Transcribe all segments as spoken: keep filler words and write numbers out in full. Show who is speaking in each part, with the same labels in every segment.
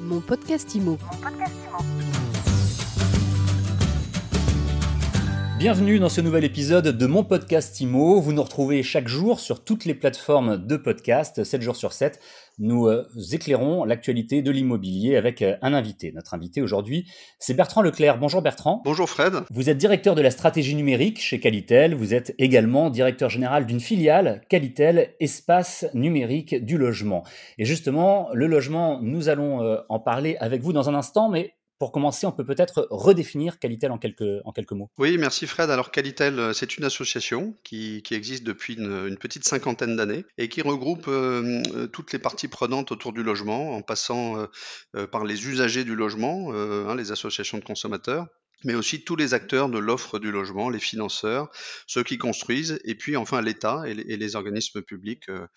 Speaker 1: Mon podcast Imo.
Speaker 2: Bienvenue dans ce nouvel épisode de Mon podcast Imo. Vous nous retrouvez chaque jour sur toutes les plateformes de podcast, sept jours sur sept. Nous euh, éclairons l'actualité de l'immobilier avec euh, un invité. Notre invité aujourd'hui, c'est Bertrand Leclerc. Bonjour Bertrand.
Speaker 3: Bonjour Fred.
Speaker 2: Vous êtes directeur de la stratégie numérique chez Qualitel. Vous êtes également directeur général d'une filiale, Qualitel Espace Numérique du Logement. Et justement, le logement, nous allons euh, en parler avec vous dans un instant, mais pour commencer, on peut peut-être redéfinir Qualitel en quelques, en quelques mots.
Speaker 3: Oui, merci Fred. Alors Qualitel, c'est une association qui, qui existe depuis une, une petite cinquantaine d'années et qui regroupe euh, toutes les parties prenantes autour du logement, en passant euh, euh, par les usagers du logement, euh, hein, les associations de consommateurs, mais aussi tous les acteurs de l'offre du logement, les financeurs, ceux qui construisent, et puis enfin l'État et les, et les organismes publics euh,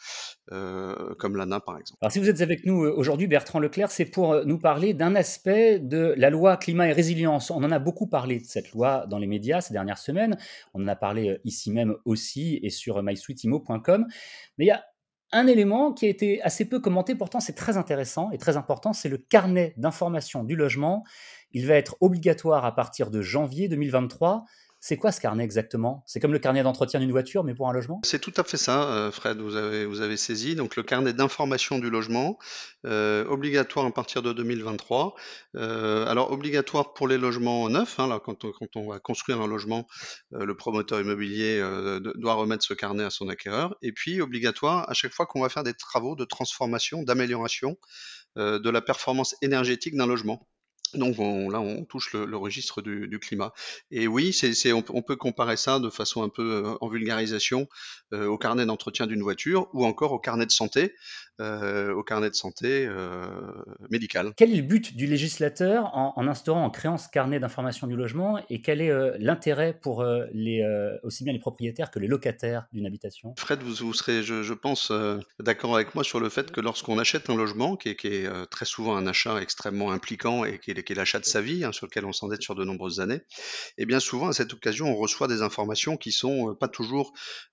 Speaker 3: euh, comme l'A N A par exemple.
Speaker 2: Alors si vous êtes avec nous aujourd'hui, Bertrand Leclerc, c'est pour nous parler d'un aspect de la loi climat et résilience. On en a beaucoup parlé de cette loi dans les médias ces dernières semaines, on en a parlé ici même aussi et sur my sweet imo point com, mais il y a un élément qui a été assez peu commenté, pourtant c'est très intéressant et très important, c'est le carnet d'information du logement. Il va être obligatoire à partir de janvier deux mille vingt-trois. C'est quoi ce carnet exactement ? C'est comme le carnet d'entretien d'une voiture, mais pour un logement ?
Speaker 3: C'est tout à fait ça, Fred, vous avez, vous avez saisi. Donc le carnet d'information du logement, euh, obligatoire à partir de deux mille vingt-trois. Euh, alors obligatoire pour les logements neufs, hein, là, quand, on, quand on va construire un logement, euh, le promoteur immobilier euh, doit remettre ce carnet à son acquéreur. Et puis obligatoire à chaque fois qu'on va faire des travaux de transformation, d'amélioration euh, de la performance énergétique d'un logement. Donc on, là, on touche le, le registre du, du climat. Et oui, c'est, c'est, on, on peut comparer ça de façon un peu euh, en vulgarisation euh, au carnet d'entretien d'une voiture ou encore au carnet de santé, euh, au carnet de santé euh, médical.
Speaker 2: Quel est le but du législateur en, en instaurant, en créant ce carnet d'information du logement, et quel est euh, l'intérêt pour euh, les, euh, aussi bien les propriétaires que les locataires d'une habitation ?
Speaker 3: Fred, vous, vous serez, je, je pense, euh, d'accord avec moi sur le fait que lorsqu'on achète un logement, qui est, qui est euh, très souvent un achat extrêmement impliquant et qui est, qui est l'achat de sa vie, hein, sur lequel on s'endette sur de nombreuses années, et bien souvent à cette occasion, on reçoit des informations qui sont euh, pas toujours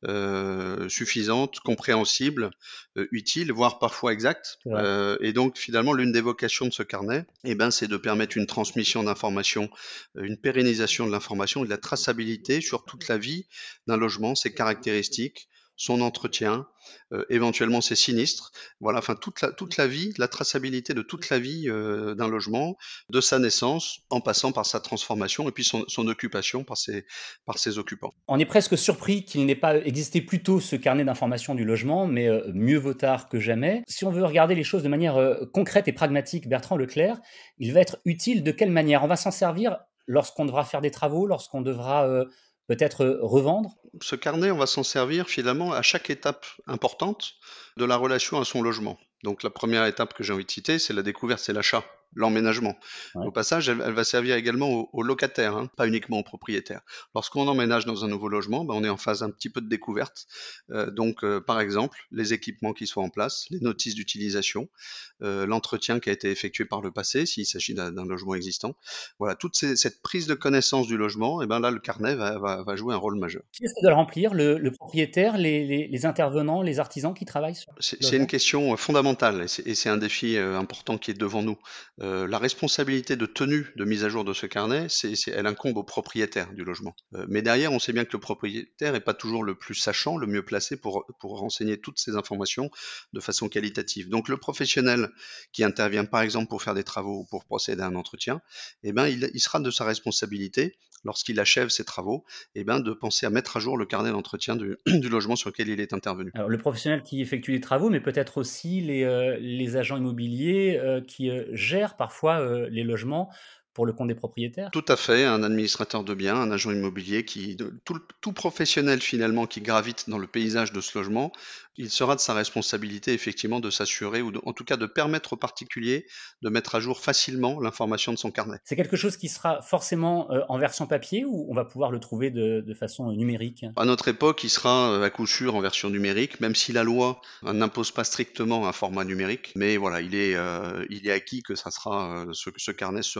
Speaker 3: euh, suffisantes, compréhensibles, euh, utiles, voire parfois exactes. Euh, et donc finalement, l'une des vocations de ce carnet, eh ben, c'est de permettre une transmission d'informations, une pérennisation de l'information et de la traçabilité sur toute la vie d'un logement, ses caractéristiques, son entretien, euh, éventuellement ses sinistres, voilà, enfin toute la, toute la vie, la traçabilité de toute la vie euh, d'un logement, de sa naissance, en passant par sa transformation et puis son, son occupation par ses, par ses occupants.
Speaker 2: On est presque surpris qu'il n'ait pas existé plus tôt ce carnet d'information du logement, mais euh, mieux vaut tard que jamais. Si on veut regarder les choses de manière euh, concrète et pragmatique, Bertrand Leclerc, il va être utile de quelle manière ? On va s'en servir lorsqu'on devra faire des travaux, lorsqu'on devra euh, peut-être revendre ?
Speaker 3: Ce carnet, on va s'en servir finalement à chaque étape importante de la relation à son logement. Donc la première étape que j'ai envie de citer, c'est la découverte, c'est l'achat, l'emménagement. Ouais. Au passage, elle, elle va servir également aux, aux locataires, hein, pas uniquement aux propriétaires. Lorsqu'on emménage dans un nouveau logement, ben, on est en phase un petit peu de découverte. Euh, donc euh, par exemple, les équipements qui sont en place, les notices d'utilisation, euh, l'entretien qui a été effectué par le passé, s'il s'agit d'un, d'un logement existant. Voilà, toute ces, cette prise de connaissance du logement, et ben là, le carnet va, va, va jouer un rôle majeur.
Speaker 2: Qui est-ce qui doit le remplir ? Le, le propriétaire, les, les, les intervenants, les artisans qui travaillent sur
Speaker 3: C'est, c'est une question fondamentale et c'est, et c'est un défi euh, important qui est devant nous. Euh, la responsabilité de tenue de mise à jour de ce carnet, c'est, c'est, elle incombe au propriétaire du logement. Euh, mais derrière, on sait bien que le propriétaire n'est pas toujours le plus sachant, le mieux placé pour, pour renseigner toutes ces informations de façon qualitative. Donc le professionnel qui intervient par exemple pour faire des travaux ou pour procéder à un entretien, eh ben, il, il sera de sa responsabilité, lorsqu'il achève ses travaux, eh ben, de penser à mettre à jour le carnet d'entretien du, du logement sur lequel il est intervenu.
Speaker 2: Alors, le professionnel qui effectue les travaux, mais peut-être aussi les, euh, les agents immobiliers euh, qui euh, gèrent parfois euh, les logements pour le compte des propriétaires ?
Speaker 3: Tout à fait, un administrateur de biens, un agent immobilier, qui, tout, tout professionnel finalement qui gravite dans le paysage de ce logement, il sera de sa responsabilité effectivement de s'assurer, ou de, en tout cas de permettre aux particuliers de mettre à jour facilement l'information de son carnet.
Speaker 2: C'est quelque chose qui sera forcément euh, en version papier ou on va pouvoir le trouver de, de façon numérique ?
Speaker 3: À notre époque, il sera à coup sûr en version numérique, même si la loi n'impose pas strictement un format numérique. Mais voilà, il est, euh, il est acquis que ça sera, euh, ce, ce carnet sera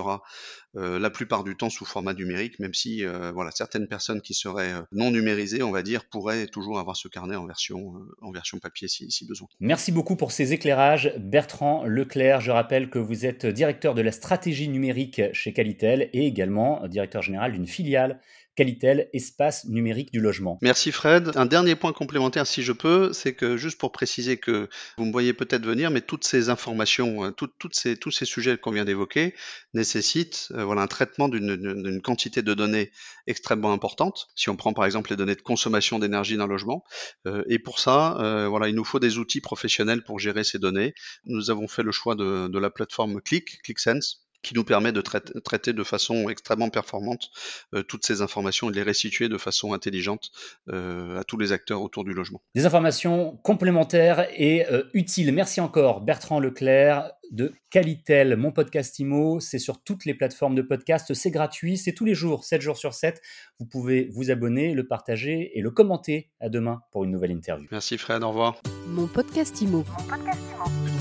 Speaker 3: euh, la plupart du temps sous format numérique, même si euh, voilà, certaines personnes qui seraient euh, non numérisées, on va dire, pourraient toujours avoir ce carnet en version, euh, en version papier si, si besoin.
Speaker 2: Merci beaucoup pour ces éclairages. Bertrand Leclerc, je rappelle que vous êtes directeur de la stratégie numérique chez Qualitel et également directeur général d'une filiale Qualitel Espace Numérique du Logement.
Speaker 3: Merci Fred. Un dernier point complémentaire si je peux, c'est que juste pour préciser que vous me voyez peut-être venir, mais toutes ces informations, tout, toutes ces, tous ces sujets qu'on vient d'évoquer nécessitent euh, voilà, un traitement d'une, d'une quantité de données extrêmement importante. Si on prend par exemple les données de consommation d'énergie d'un logement, euh, et pour ça, euh, voilà, il nous faut des outils professionnels pour gérer ces données. Nous avons fait le choix de, de la plateforme Qlik, QlikSense, qui nous permet de traiter, traiter de façon extrêmement performante euh, toutes ces informations et de les restituer de façon intelligente euh, à tous les acteurs autour du logement.
Speaker 2: Des informations complémentaires et euh, utiles. Merci encore Bertrand Leclerc de Qualitel. Mon podcast Imo, c'est sur toutes les plateformes de podcast, c'est gratuit, c'est tous les jours, sept jours sur sept. Vous pouvez vous abonner, le partager et le commenter. À demain pour une nouvelle interview.
Speaker 3: Merci Fred, au revoir.
Speaker 1: Mon podcast Imo.
Speaker 4: Mon podcast Imo.